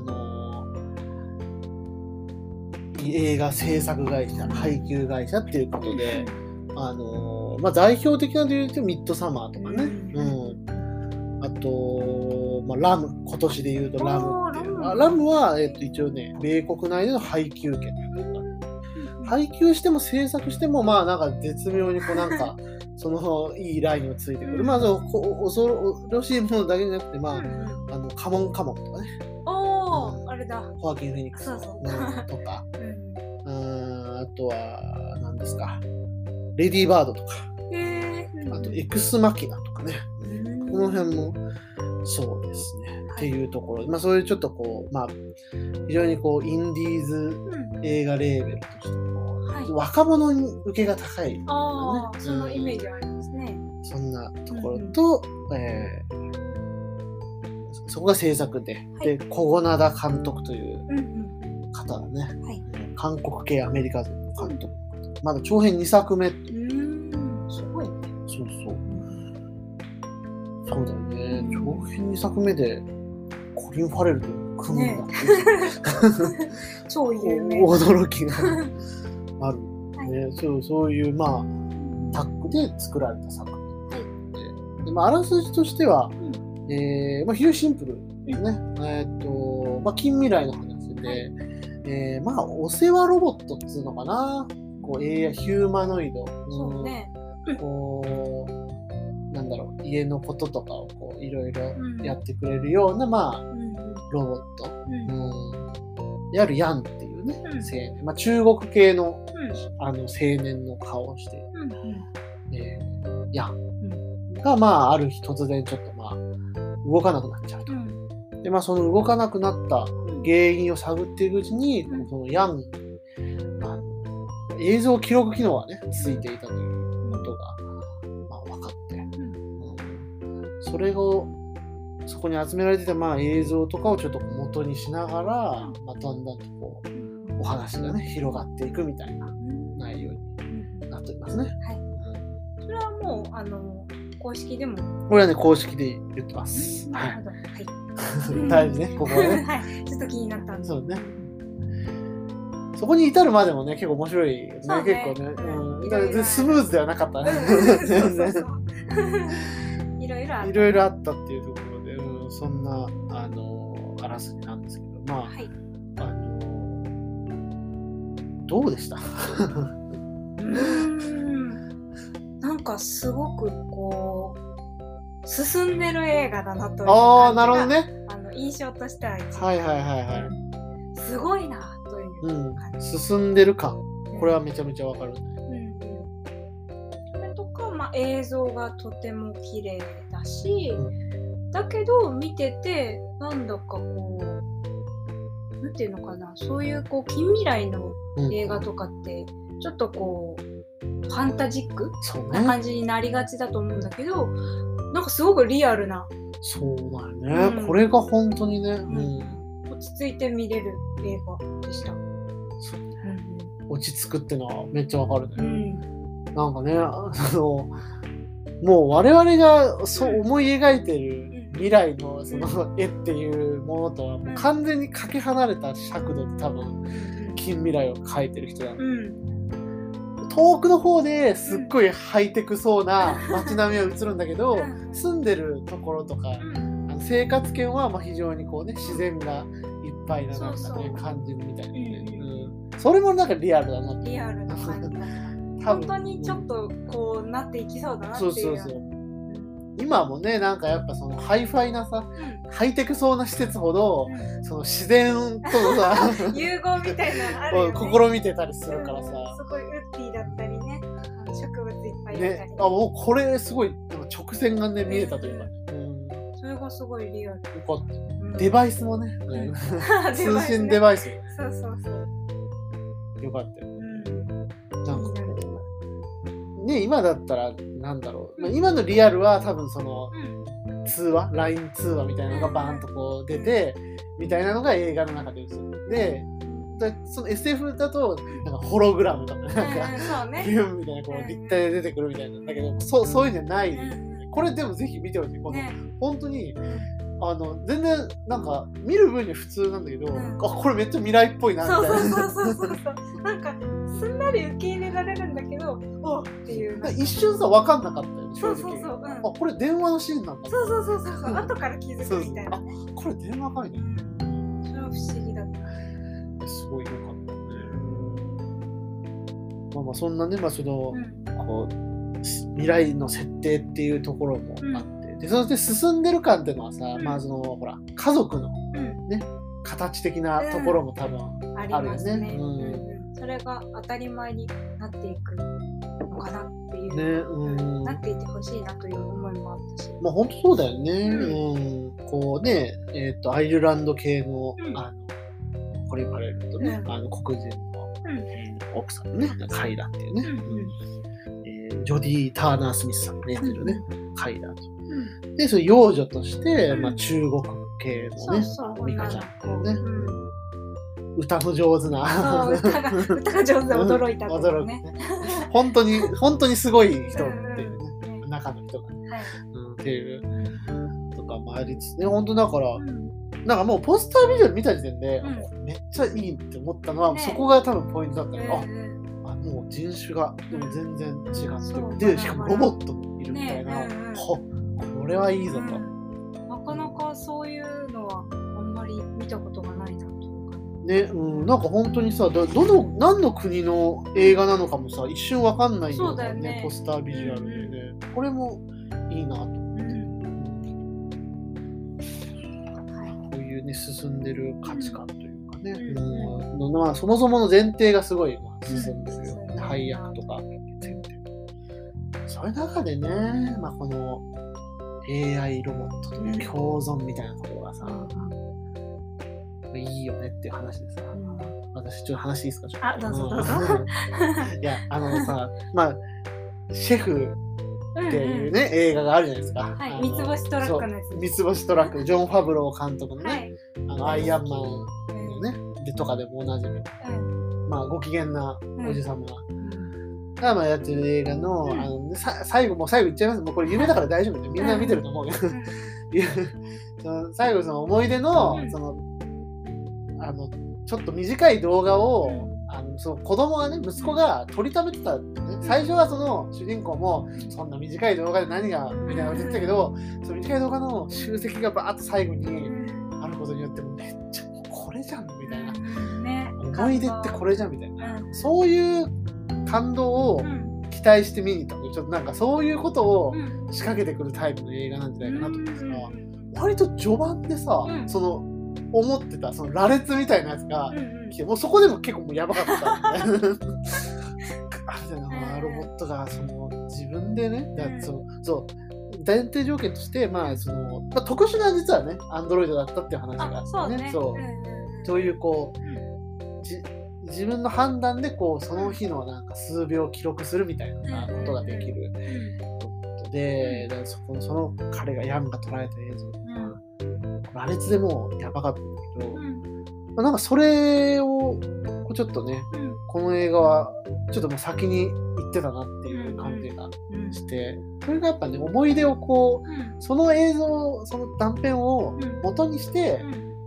映画制作会社、配給会社っていうことで、代表的なので言うとミッドサマーとかね、あと、ラム、今年で言うとラムっていう。ラムは、一応ね、米国内での配給権。配給しても制作しても、なんか絶妙にそのいいラインをついてくる。恐ろしいものだけじゃなくて、カモンカモンとかね。 あれだ。 ホアキン・フェニックスとか。あとは、何ですか。レディーバードとか。あと、エクスマキナとかね。この辺も、そうですね。っていうところ。そういうちょっと非常にインディーズ映画レーベルとして若者受けが高い、 そのイメージありますね。 そんなところと、そこが制作で、で、コゴナダ監督という方だね。韓国系アメリカ人の監督。まだ長編2作目。 すごいね。 そうだよね。長編2作目でコリン・ファレルと組むんだって、 超有名。 驚きがある、ね。そういうタッグで作られた作品で、あらすじとしては、非常にシンプルですね。近未来の話で、お世話ロボットっていうのかな、ヒューマノイド、なんだろう、家のこととかをいろいろやってくれるような、ロボット、いわゆるヤンっていうね、青年、中国系の、青年の顔をしている、ヤンが、ある日突然ちょっと動かなくなっちゃうと。で、その動かなくなった原因を探っていくうちに、そのヤン、映像記録機能がね、ついていたということが、分かって、それを、そこに集められてた映像とかをちょっと元にしながら、だんだんとお話がね、広がっていくみたいな内容になっておりますね。 それはもう、公式でも？ これはね、公式で言ってます。 なるほど。 大事ね、ここはね。 ちょっと気になったんで。 そうね。そこに至るまでもね、結構面白いよね。結構ね。スムーズではなかったね。全然。いろいろあったっていうところで、そんな、あらすじなんですけど、どうでした？ なんかすごく進んでる映画だなという感じが、なるほどね。 印象としてはすごいなという感じ、 進んでる感、これはめちゃめちゃわかるね。 それとか、映像がとても綺麗だし、だけど見ててなんだかなんていうのかな、そういう近未来の映画とかってちょっとファンタジックな感じになりがちだと思うんだけど、なんかすごくリアルな。 そうだよね、これが本当にね、 落ち着いて見れる映画でした。 落ち着くってのはめっちゃわかるね。なんかね、もう我々がそう思い描いてる未来のその絵っていうものとはもう完全にかけ離れた尺度で多分近未来を描いてる人だ、遠くの方ですっごいハイテクそうな街並みは映るんだけど、住んでるところとか、生活圏は非常に自然がいっぱいななんかね感じるみたいなね、それもなんかリアルだなって。 リアルな感じだ。本当にちょっとなっていきそうだなっていう。 今もねなんかやっぱそのハイファイなさ、 うんハイテクそうな施設ほど、 うんその自然とのさ融合みたいなのあるよね。 試みてたりするからさ、 すごいウッディだったりね、植物いっぱいいたり、 ね、もうこれすごい直線がね見えたというか、 それがすごいリアル。 よかった。 うんデバイスもね、 ん通信デバイスそうそうそう。 よかったよ。 うん。 なんかこうね、今だったらなんだろう、今のリアルは多分そのうん。 通話 LINE 通話みたいなのがバーンとこう出てみたいなのが映画の中で映る。でその SF だとなんかホログラムとかなんかそうね。 ビューンみたいなこう立体で出てくるみたいなんだけど、そういうんじゃない。これでもぜひ見てほしい。この本当に全然なんか見る分には普通なんだけど、これめっちゃ未来っぽいなみたいな。 そうなんかすんなり受け入れられるんだけど、おっていう一瞬さ分かんなかったよね正直。 そうこれ電話のシーンなんだ。 そう後から気づくみたいな。 これ電話かみたいな。 それは不思議だった。 すごい良かったね。まあそんなね、その、こう未来の設定っていうところもあって、でそして進んでる感っていうのはさ、そのほら家族のね、形的なところも多分あるよね。 それが当たり前になっていくのかなっていう、なっていてほしいなという思いもあったし。 本当そうだよね。こうね、アイルランド系のコリン・ファレルとね、黒人の奥さんのね、カイラっていうね、ジョディ・ターナー・スミスさんが演じるね、カイラと。で、その幼女として、中国系のね、ミカちゃんっていうね、歌の上手な歌が上手で驚いたというね。 本当にすごい人っていうね、中の人がっていうとかもありつつね、本当だから、なんかもうポスタービジュアル見た時点で、めっちゃいいって思ったのは、そこが多分ポイントだったの。もう人種がでも全然違って、でしかもロボットもいるみたいな、これはいいぞと。 なかなかそういうのはあんまり見たことがないなというかね。なんか本当にさ、何の国の映画なのかもさ、一瞬わかんないよね、ポスタービジュアルでね。これもいいなと思って。こういうね、進んでる価値観というかね、そもそもの前提がすごい進んでるよね。配役とか前提。そういう中でね、この AI ロボットとの共存みたいなところがさ、いいよねっていう話でさ、私ちょっと話いいですか？ どうぞどうぞ。 いや、さ、シェフっていうね、映画があるじゃないですか。 三つ星トラックのやつ。 三つ星トラック、ジョン・ファブロー監督のね、アイアンマンのね、でとかでもおなじみ。ご機嫌なおじさまがやってる映画の、最後言っちゃいます。もうこれ有名だから大丈夫で、みんな見てると思うけど、最後その思い出の、そのちょっと短い動画を、その子供がね、息子が撮りためてたってね。最初はその主人公もそんな短い動画で何がみたいなこと言ってたけど、その短い動画の集積がバーッと最後にあることによってめっちゃこれじゃんみたいな、思い出ってこれじゃんみたいな、そういう感動を期待して見に行ったので、ちょっとなんかそういうことを仕掛けてくるタイプの映画なんじゃないかなと思ってさ、割と序盤でさ、その思ってたその羅列みたいなやつが来て、もうそこでも結構もうやばかったみたいなあるじゃない、ロボットがその自分でね、そう前提条件として特殊な実はねアンドロイドだったっていう話があってね、そういうこう自分の判断でこうその日のなんか数秒記録するみたいなことができるで、その彼がヤンが捉えた映像羅列でもうやばかったんだけど、なんかそれをちょっとね、この映画はちょっともう先に行ってたなっていう感じがして、それがやっぱね、思い出をこう、その映像、その断片を元にして、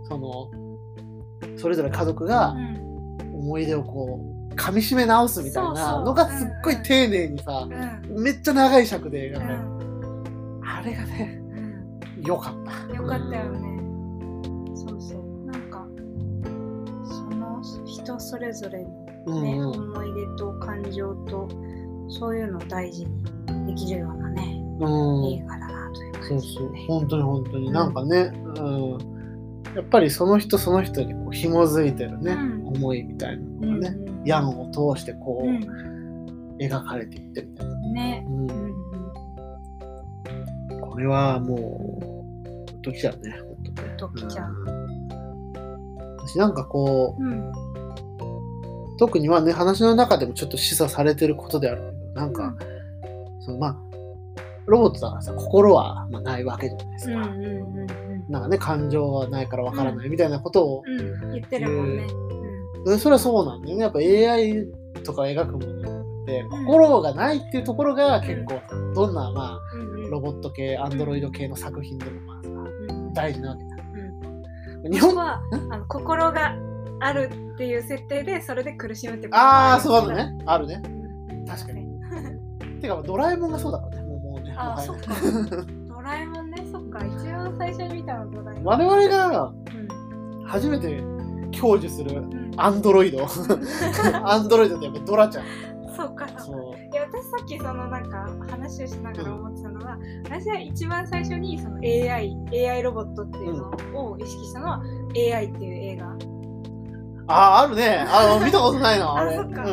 それぞれ家族が思い出をこう噛み締め直すみたいなのがすっごい丁寧にさ、めっちゃ長い尺で描かれる、あれがね、よかった。 よかったよね。なんかその人それぞれのね、思い出と感情とそういうのを大事にできるようなね、映画だなと感じ、 そう本当になんかね、やっぱりその人その人にこう紐づいてるね、思いみたいなのがね、ヤンを通してこう、描かれていってみたいなね、 これはもうグッときちゃうね、本当ね。 グッときちゃう。 私なんかこう、特にはね、話の中でもちょっと示唆されてることであるけど、なんか、そのロボットだからさ、心はないわけじゃないですか。なんかね、感情はないからわからないみたいなことを言ってるもんね。 それはそうなんだよね。やっぱ AI とか描くもので、心がないっていうところが結構、どんなロボット系、アンドロイド系の作品でも大事なわけだ。 日本は心があるっていう設定でそれで苦しむってことああ、そうだね。あるね。確かに。てかドラえもんがそうだからね。もうね。 ああ、そっか。ドラえもんね、そっか。一番最初に見たのドラえもん。 我々が初めて享受するアンドロイド。アンドロイドってやっぱドラちゃん。 そうか。いや、私さっきそのなんか話をしながら思ってたのは、私は一番最初にその AI ロボットっていうのを意識したのは AI っていう映画。 あるね。見たことないな、あれ。 そっか。そう。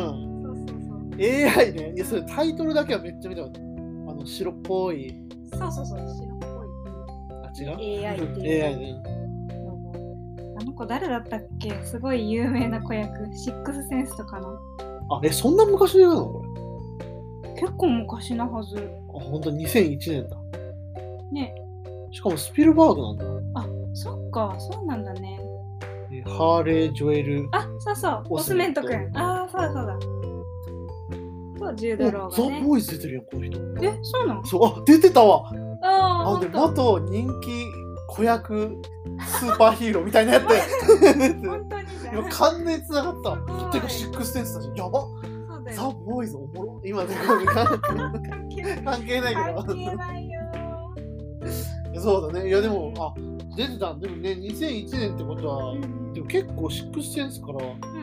AI ね。いや、それタイトルだけはめっちゃ見たことある。白っぽい。 そう、白っぽい。 あ、違う AI っていう。 AI ね。 あの子誰だったっけ？すごい有名な子役。シックスセンスとかの。 そんな昔なのこれ？結構昔なはず。 ほんと2001年だ。 ね。 しかもスピルバーグなんだ。 あ、そっか、そうなんだね。 ハーレー・ジョエル。 あ、そう。オスメントくん。あ、そうだ。と、ジュード・ローがね。 ザ・ボーイズ出てるやん、この人。 そうなの？ そう、出てたわ。 で元人気子役スーパーヒーローみたいなやつ。 本当に今完全に繋がった。てか、シックスセンスだし、やば。ザ・ボーイズおもろ。今で関係ないけど。 関係ないよ。 そうだね。いやでも出てたんでもね、2001年ってことは、でも結構シックスセンスから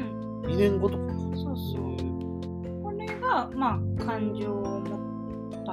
2年後とか。 そう。これが感情を持った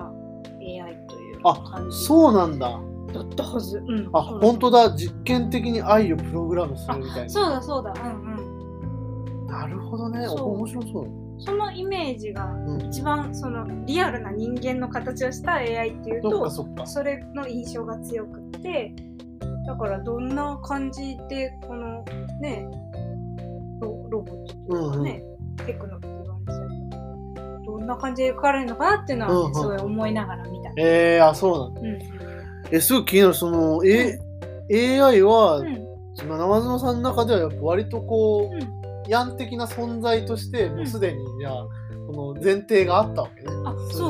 AI という感じ。 そうなんだ。 だったはず。 本当だ。実験的に愛をプログラムするみたいな。 そうだ。 なるほどね。面白そう。 そのイメージが一番そのリアルな人間の形をした AI っていうと、それの印象が強くって、だからどんな感じでこのねロボットというかね、テクノって言われてたけど、どんな感じで描かれるのかなっていうのは、すごい思いながら見た。 そうなんだ。すごい気になる。その、AI は、生園さんの中ではやっぱ割とこう、ヤン的な存在としてもうすでにじゃあこの前提があったわけね。 そう、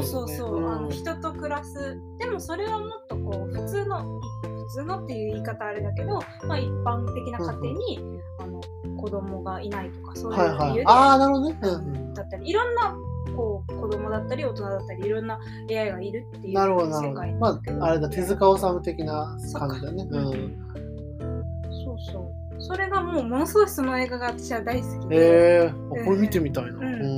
人と暮らす。でもそれはもっとこう普通のっていう言い方あれだけど、一般的な家庭に、子供がいないとかそういう理由で、 なるほどね。 だったりいろんなこう子供だったり大人だったりいろんな AI がいるっていう世界だけど、 あれだ、手塚治虫的な感じだね。 そう。それがものすごいその映画が私は大好きで。 これ見てみたいな。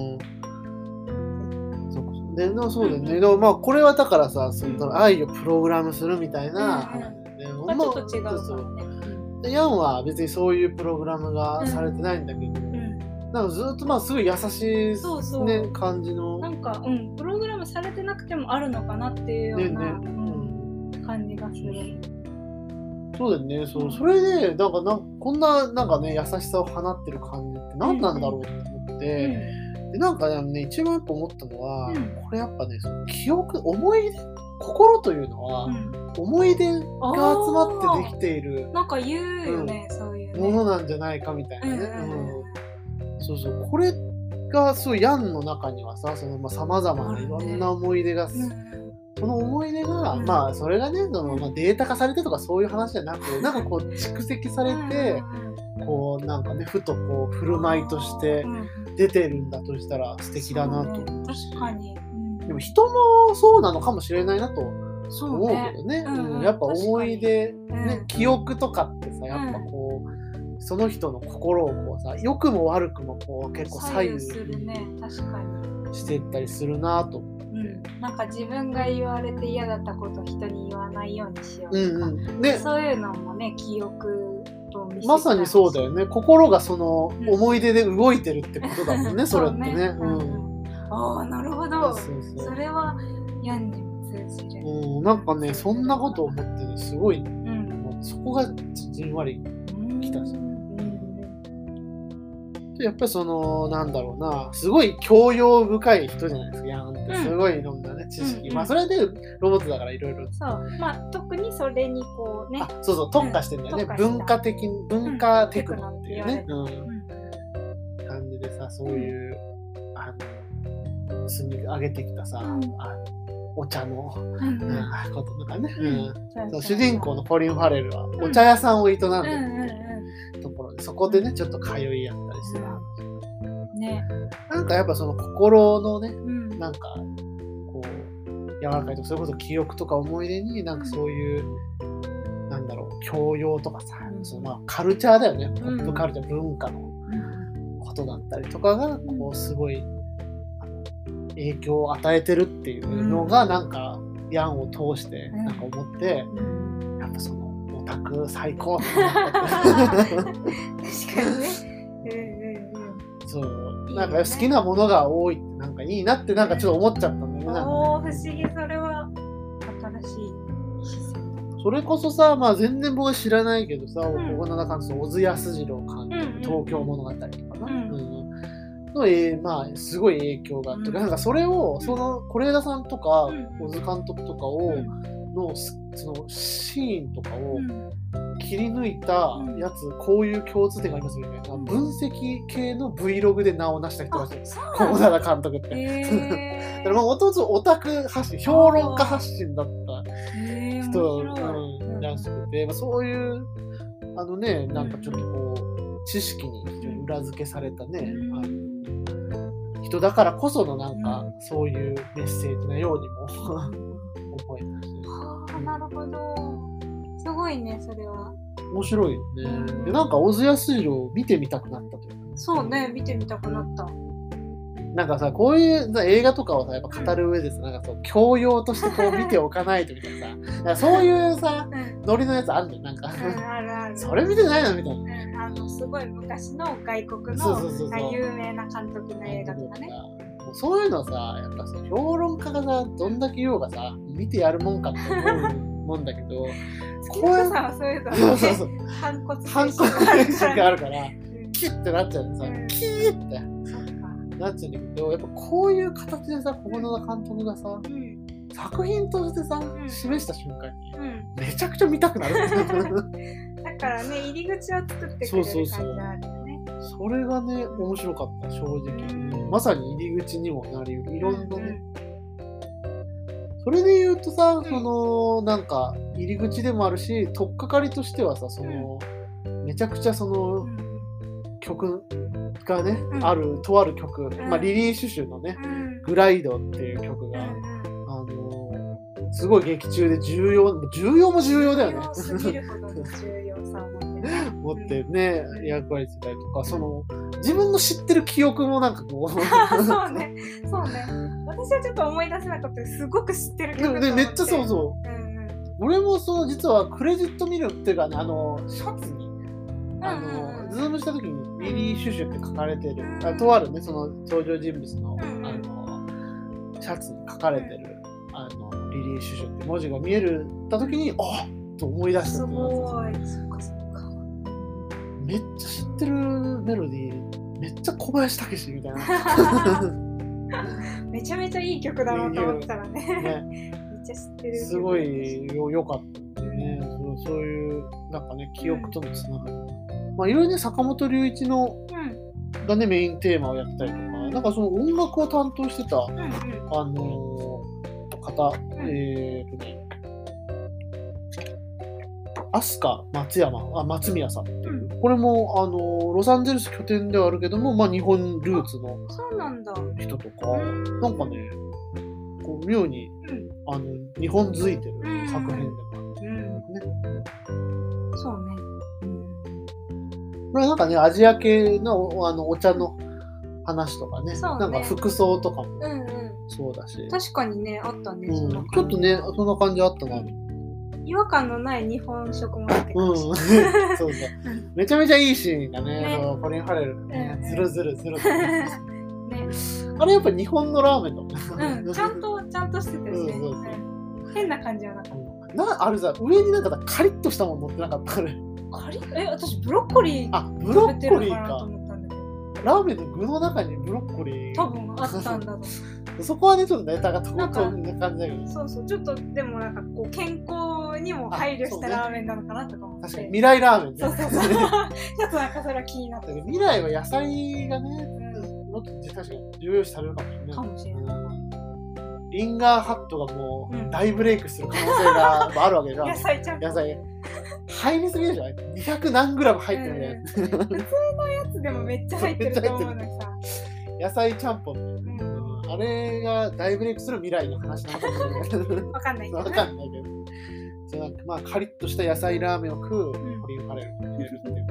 でもそうだよね。でもこれはだからさ、その愛をプログラムするみたいな話で、 ちょっと違うからね。 ヤンは別にそういうプログラムがされてないんだけど、なんかずっとすごい優しいね感じの。 なんかプログラムされてなくてもあるのかなっていうような感じがする。 そうだよね。それでこんななんかね優しさを放ってる感じって何なんだろうって思って、でなんかね一番やっぱ思ったのは、これやっぱねその記憶、思い出、心というのは、思い出が集まってできているなんか言うよね、そういうものなんじゃないかみたいなね。これがすごいヤンの中にはさ、その様々ないろんな思い出が。その思い出が、それがね、データ化されてとかそういう話じゃなく、なんかこう蓄積されて、こうなんかね、ふとこう振る舞いとして出てるんだとしたら素敵だなと。 確かに。 でも人もそうなのかもしれないなと思うけどね。やっぱ思い出、記憶とかってさ、やっぱこうその人の心をこうさ、良くも悪くもこう結構左右していったりするなと思って。 なんか自分が言われて嫌だったことを人に言わないようにしようとか、 ね、 そういうのもね、記憶と見せたまさにそうだよね。心がその思い出で動いてるってことだもんね、それってね。 ああ、なるほど。それはヤンにも通じる。 なんかね、そんなこと思ってね、すごい、そこがじんわりきたし。やっぱりそのなんだろうな、すごい教養深い人じゃないですか、ヤンってすごいいろんなね知識、それでロボットだからいろいろ、 そう、特にそれにこうね、 そう特化してんだよね、文化テクノっていうね、感じでさ、そういう積み上げてきたさ、お茶のこととかね、主人公のコリン・ファレルはお茶屋さんを営んでるところで、そこでねちょっと通いやったりする話、なんかやっぱその心のね、なんかこう柔らかいとか、それこそ記憶とか思い出になんかそういう、なんだろう、教養とかさ、そのカルチャーだよね、ポップカルチャー、文化のことだったりとかがこうすごい影響を与えてるっていうのがなんかヤンを通してなんか思って、やっぱそのオタク最高って思った確かにね。 そうなんか好きなものが多いってなんかいいなってなんかちょっと思っちゃったんだよね。 不思議、それは新しい視線。 それこそさ、全然僕は知らないけどさ、ここの中の小津安二郎監督、東京物語とかな、すごい影響があって、なんかそれをその是枝さんとか小津監督とかをのそのシーンとかを切り抜いたやつ、こういう共通点がありますみたいな、分析系の Vlog で名を成した人たちです。小田監督って。だからもともとオタク発信、評論家発信だった人らしくて、そういうなんかちょっとこう知識に非常に裏付けされたね、人だからこそのなんかそういうメッセージなようにも思えたし。 なるほど。すごいね、それは。 面白いよね。でなんか小津安二郎見てみたくなったというか、 そうね、見てみたくなった。 なんかさ、こういう映画とかをさ、やっぱ語る上でさ、なんかそう教養としてこう見ておかないとみたいなさ、そういうさ、ノリのやつあるんだよ、なんか。 あるある。 それ見てないのみたいな。 すごい昔の外国の有名な監督の映画とかね。 そういうのさ、やっぱさ、評論家がさ、どんだけ言おうがさ、見てやるもんかって思うもんだけど、 月本さんはそういうのね、反骨精神があるから、キッてなっちゃうんでさ、キーってなっちゃうんだけど、やっぱこういう形でさ、小野田監督がさ、作品としてさ、示した瞬間に、めちゃくちゃ見たくなる。 だからね、入り口を作ってくれる感じがあるよね。 それがね、面白かった、正直。まさに入り口にもなりうる、いろんなね。それで言うとさ、そのなんか入り口でもあるし、取っかかりとしてはさ、そのめちゃくちゃその曲がね、とある曲、リリー・シュシュのね、グライドっていう曲が、すごい劇中で重要も重要だよね。 すぎるほどの重要さを持ってね、役割してたりとか、その自分の知ってる記憶もなんかこうそうね。私はちょっと思い出せなかったけど、すごく知ってる曲だと思って。 めっちゃそう。俺もそう、実はクレジット見るっていうかね、シャツにズームした時にリリー・シュシュって書かれてる、とあるね、その登場人物のシャツに書かれてるリリー・シュシュって文字が見えるた時に、あっと思い出した。 すごい。そっか。 めっちゃ知ってるメロディー、めっちゃ小林武史みたいな。 めちゃめちゃいい曲だなと思ったらね。めっちゃ知ってる。 すごい良かったね。そういうなんかね、記憶とのつながり。いろいろね、坂本龍一のがね、メインテーマをやったりとか、なんかその音楽を担当してた方、飛鳥松宮さんっていう、これもロサンゼルス拠点ではあるけども、日本ルーツの人とか、なんかね、こう妙に、日本づいてる作品でもあるね。 そうね。 これなんかね、アジア系のお茶の話とかね、なんか服装とかも、 そうだし、 確かにね、あったね、 ちょっとねそんな感じあったな。 違和感のない日本食もあってそうそうめちゃめちゃいいシーンがね、コリン・ファレルね、ずるずるね、あれやっぱ日本のラーメンだもん。 ちゃんとしてたよね。変な感じはなかった。 あれさ、上になんかカリッとしたもの乗ってなかった？あれカリッ？私ブロッコリーブロッコリーかと思ったんだけど、 ラーメンの具の中にブロッコリー多分あったんだとそこはねちょっとネタがとな感じだけど、 そうちょっとでもなんかこう健康にも配慮したラーメンなのかなとか思って、 確かに未来ラーメンね。 そうちょっとなんかそれは気になって、 未来は野菜がね、もっと確かに重要視されるかもしれない。リンガーハットがもう大ブレイクする可能性があるわけじゃん。 野菜ちゃんと野菜入りすぎでしょ。200何グラム入ってるね。 普通のやつでもめっちゃ入ってると思うのにさ。 野菜ちゃんぽん、あれが大ブレイクする未来の話なのかもしれないけど。 わかんないけど。 わかんないけど。そうなんかまあカリッとした野菜ラーメンを食うコリン・ファレルを入れるっていう、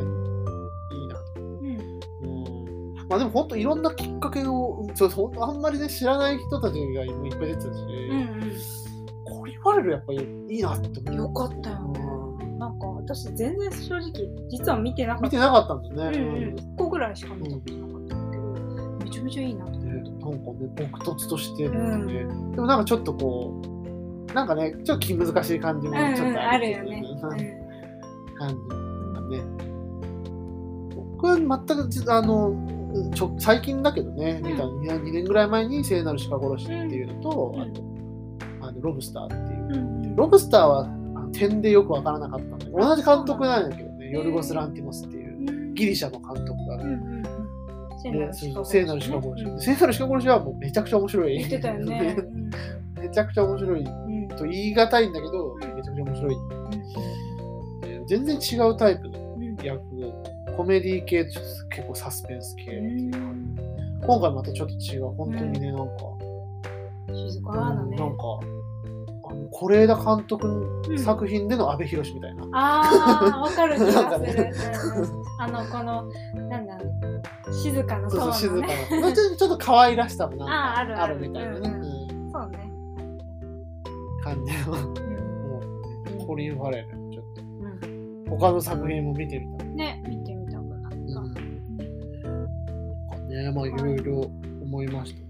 いいなと。まあでも本当いろんなきっかけをあんまりね知らない人たちがいっぱい出てたし、コリン・ファレルやっぱりいいなって思う。 よかったよね。なんか私全然正直実は見てなかった。 見てなかったんだね。 1個ぐらいしか見たことなかったんだけど、めちゃめちゃいいなと思って。 なんかね朴突としてってね、でもなんかちょっとこうなんかねちょっと気難しい感じもちょっとあるよね。感じだね。僕は全く最近だけどね、見た2年ぐらい前に聖なる鹿殺しっていうのと、あとロブスターっていう、ロブスターは点でよくわからなかったんだけど、同じ監督なんだけどね、ヨルゴス・ランティモスっていうギリシャの監督が、聖なる鹿殺し、聖なる鹿殺しはもうめちゃくちゃ面白い。 言ってたよね。 めちゃくちゃ面白いと言い難いんだけど、めちゃくちゃ面白い。全然違うタイプの役、コメディ系と結構サスペンス系っていうか、今回またちょっと違う。本当にね、なんか静かなね。 なんか是枝監督の作品での阿部寛みたいな。 わかる気がする。このなんだろう、静かなトーンのね。 静かな。ちょっと可愛らしさもなんかあるみたいなね。 そうね。 感じのコリン・ファレルちょっと他の作品も見てみた。 ね、見てみたくなった。 ね、まあいろいろ思いました。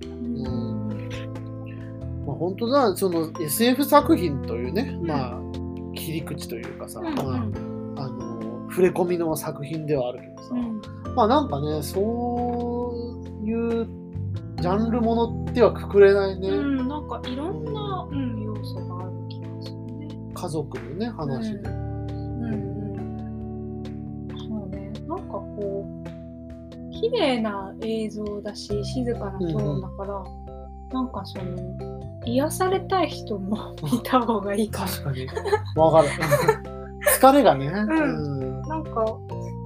まあ本当だ、その SF 作品というね、まあ切り口というかさ、触れ込みの作品ではあるけどさ、まあなんかね、そういうジャンルものってはくくれないね。 なんかいろんな要素がある気がするね。 家族のね話で。 そうね、なんかこう綺麗な映像だし静かなトーンだから、なんかその癒されたい人も見た方がいいかも。 確かに。わかる。疲れがね。 なんか、こ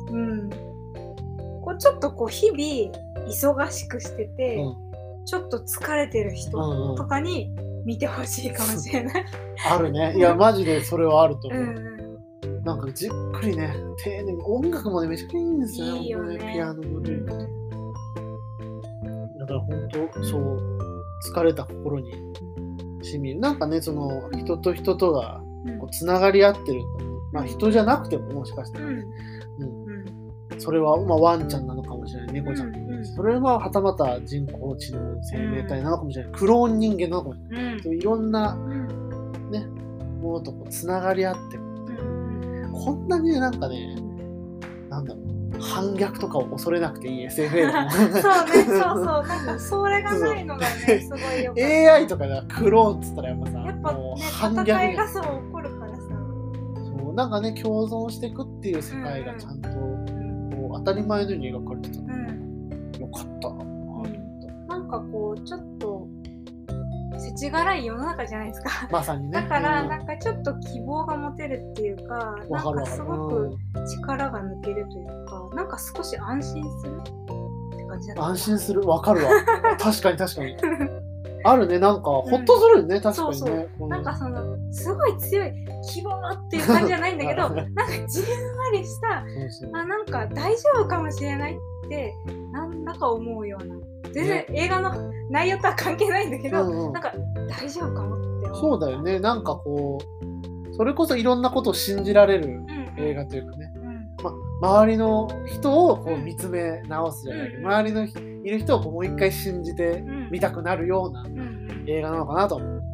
うちょっとこう日々忙しくしてて、ちょっと疲れてる人とかに見てほしいかもしれない。 あるね。いやマジでそれはあると思う。なんかじっくりね、丁寧に音楽もねめちゃくちゃいいんですよね。 いいよね。 ピアノのループで。だから本当そう疲れた心にしみる。なんかねその人と人とがこうつながり合ってるんだ。まあ人じゃなくてももしかしたら、それはまあワンちゃんなのかもしれない、猫ちゃんなのかもしれない、それははたまた人工知能生命体なのかもしれない、クローン人間なのかもしれない、いろんなねものとこうつながり合ってる、こんなになんかねなんだろう反逆とかを恐れなくていい SF 映画もそうね、なんかそれがないのがねすごいよかった。 AI とかがクローンっつったらやっぱさ、 やっぱね反逆戦いがそう起こるからさ、 そうなんかね共存していくっていう世界がちゃんとこう当たり前のように描かれてた、よかったな、 なんかこうちょっと世知辛い世の中じゃないですか。 まさにね。 だからなんかちょっと希望が持てるっていうか、なんかすごく力が抜けるというか、なんか少し安心するって感じだった。 安心する、わかるわ。確かにあるね、なんかほっとするよね、確かにね。 なんかそのすごい強い希望っていう感じじゃないんだけど、なんかじんわりした、なんか大丈夫かもしれないってなんだか思うような全然映画の内容とは関係ないんだけど、 うんうん、 なんか大丈夫かもって思う。 そうだよね。なんかこうそれこそいろんなことを信じられる映画というかね、周りの人をこう見つめ直すじゃないけど、周りのいる人をこうもう一回信じて見たくなるような映画なのかなと思うね。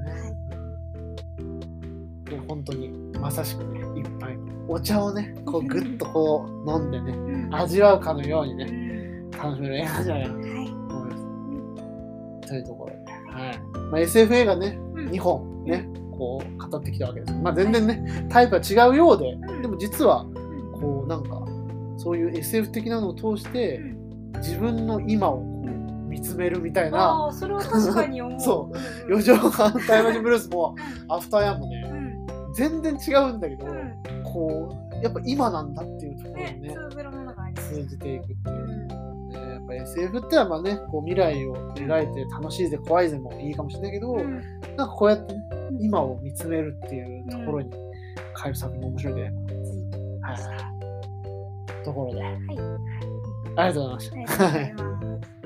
で本当にまさしくね、一杯お茶をねこうぐっとこう飲んでね、味わうかのようにね楽しめる映画じゃないかと思います。というところで、はい、SF 映画ね、2本ねこう語ってきたわけです。全然ねタイプは違うようで、でも実はこうなんかそういう SF 的なのを通して自分の今をこう見つめるみたいな、 それは確かに思う。 そう四畳半タイムマシンブルースもアフターヤンもね、全然違うんだけど、こうやっぱ今なんだっていうところにね通じていくっていう、やっぱ SF ってのはねこう未来を描いて楽しいぜ怖いぜもいいかもしれないけど、なんかこうやってね今を見つめるっていうところに変える作品も面白いんじゃないかなところで、ありがとうございました。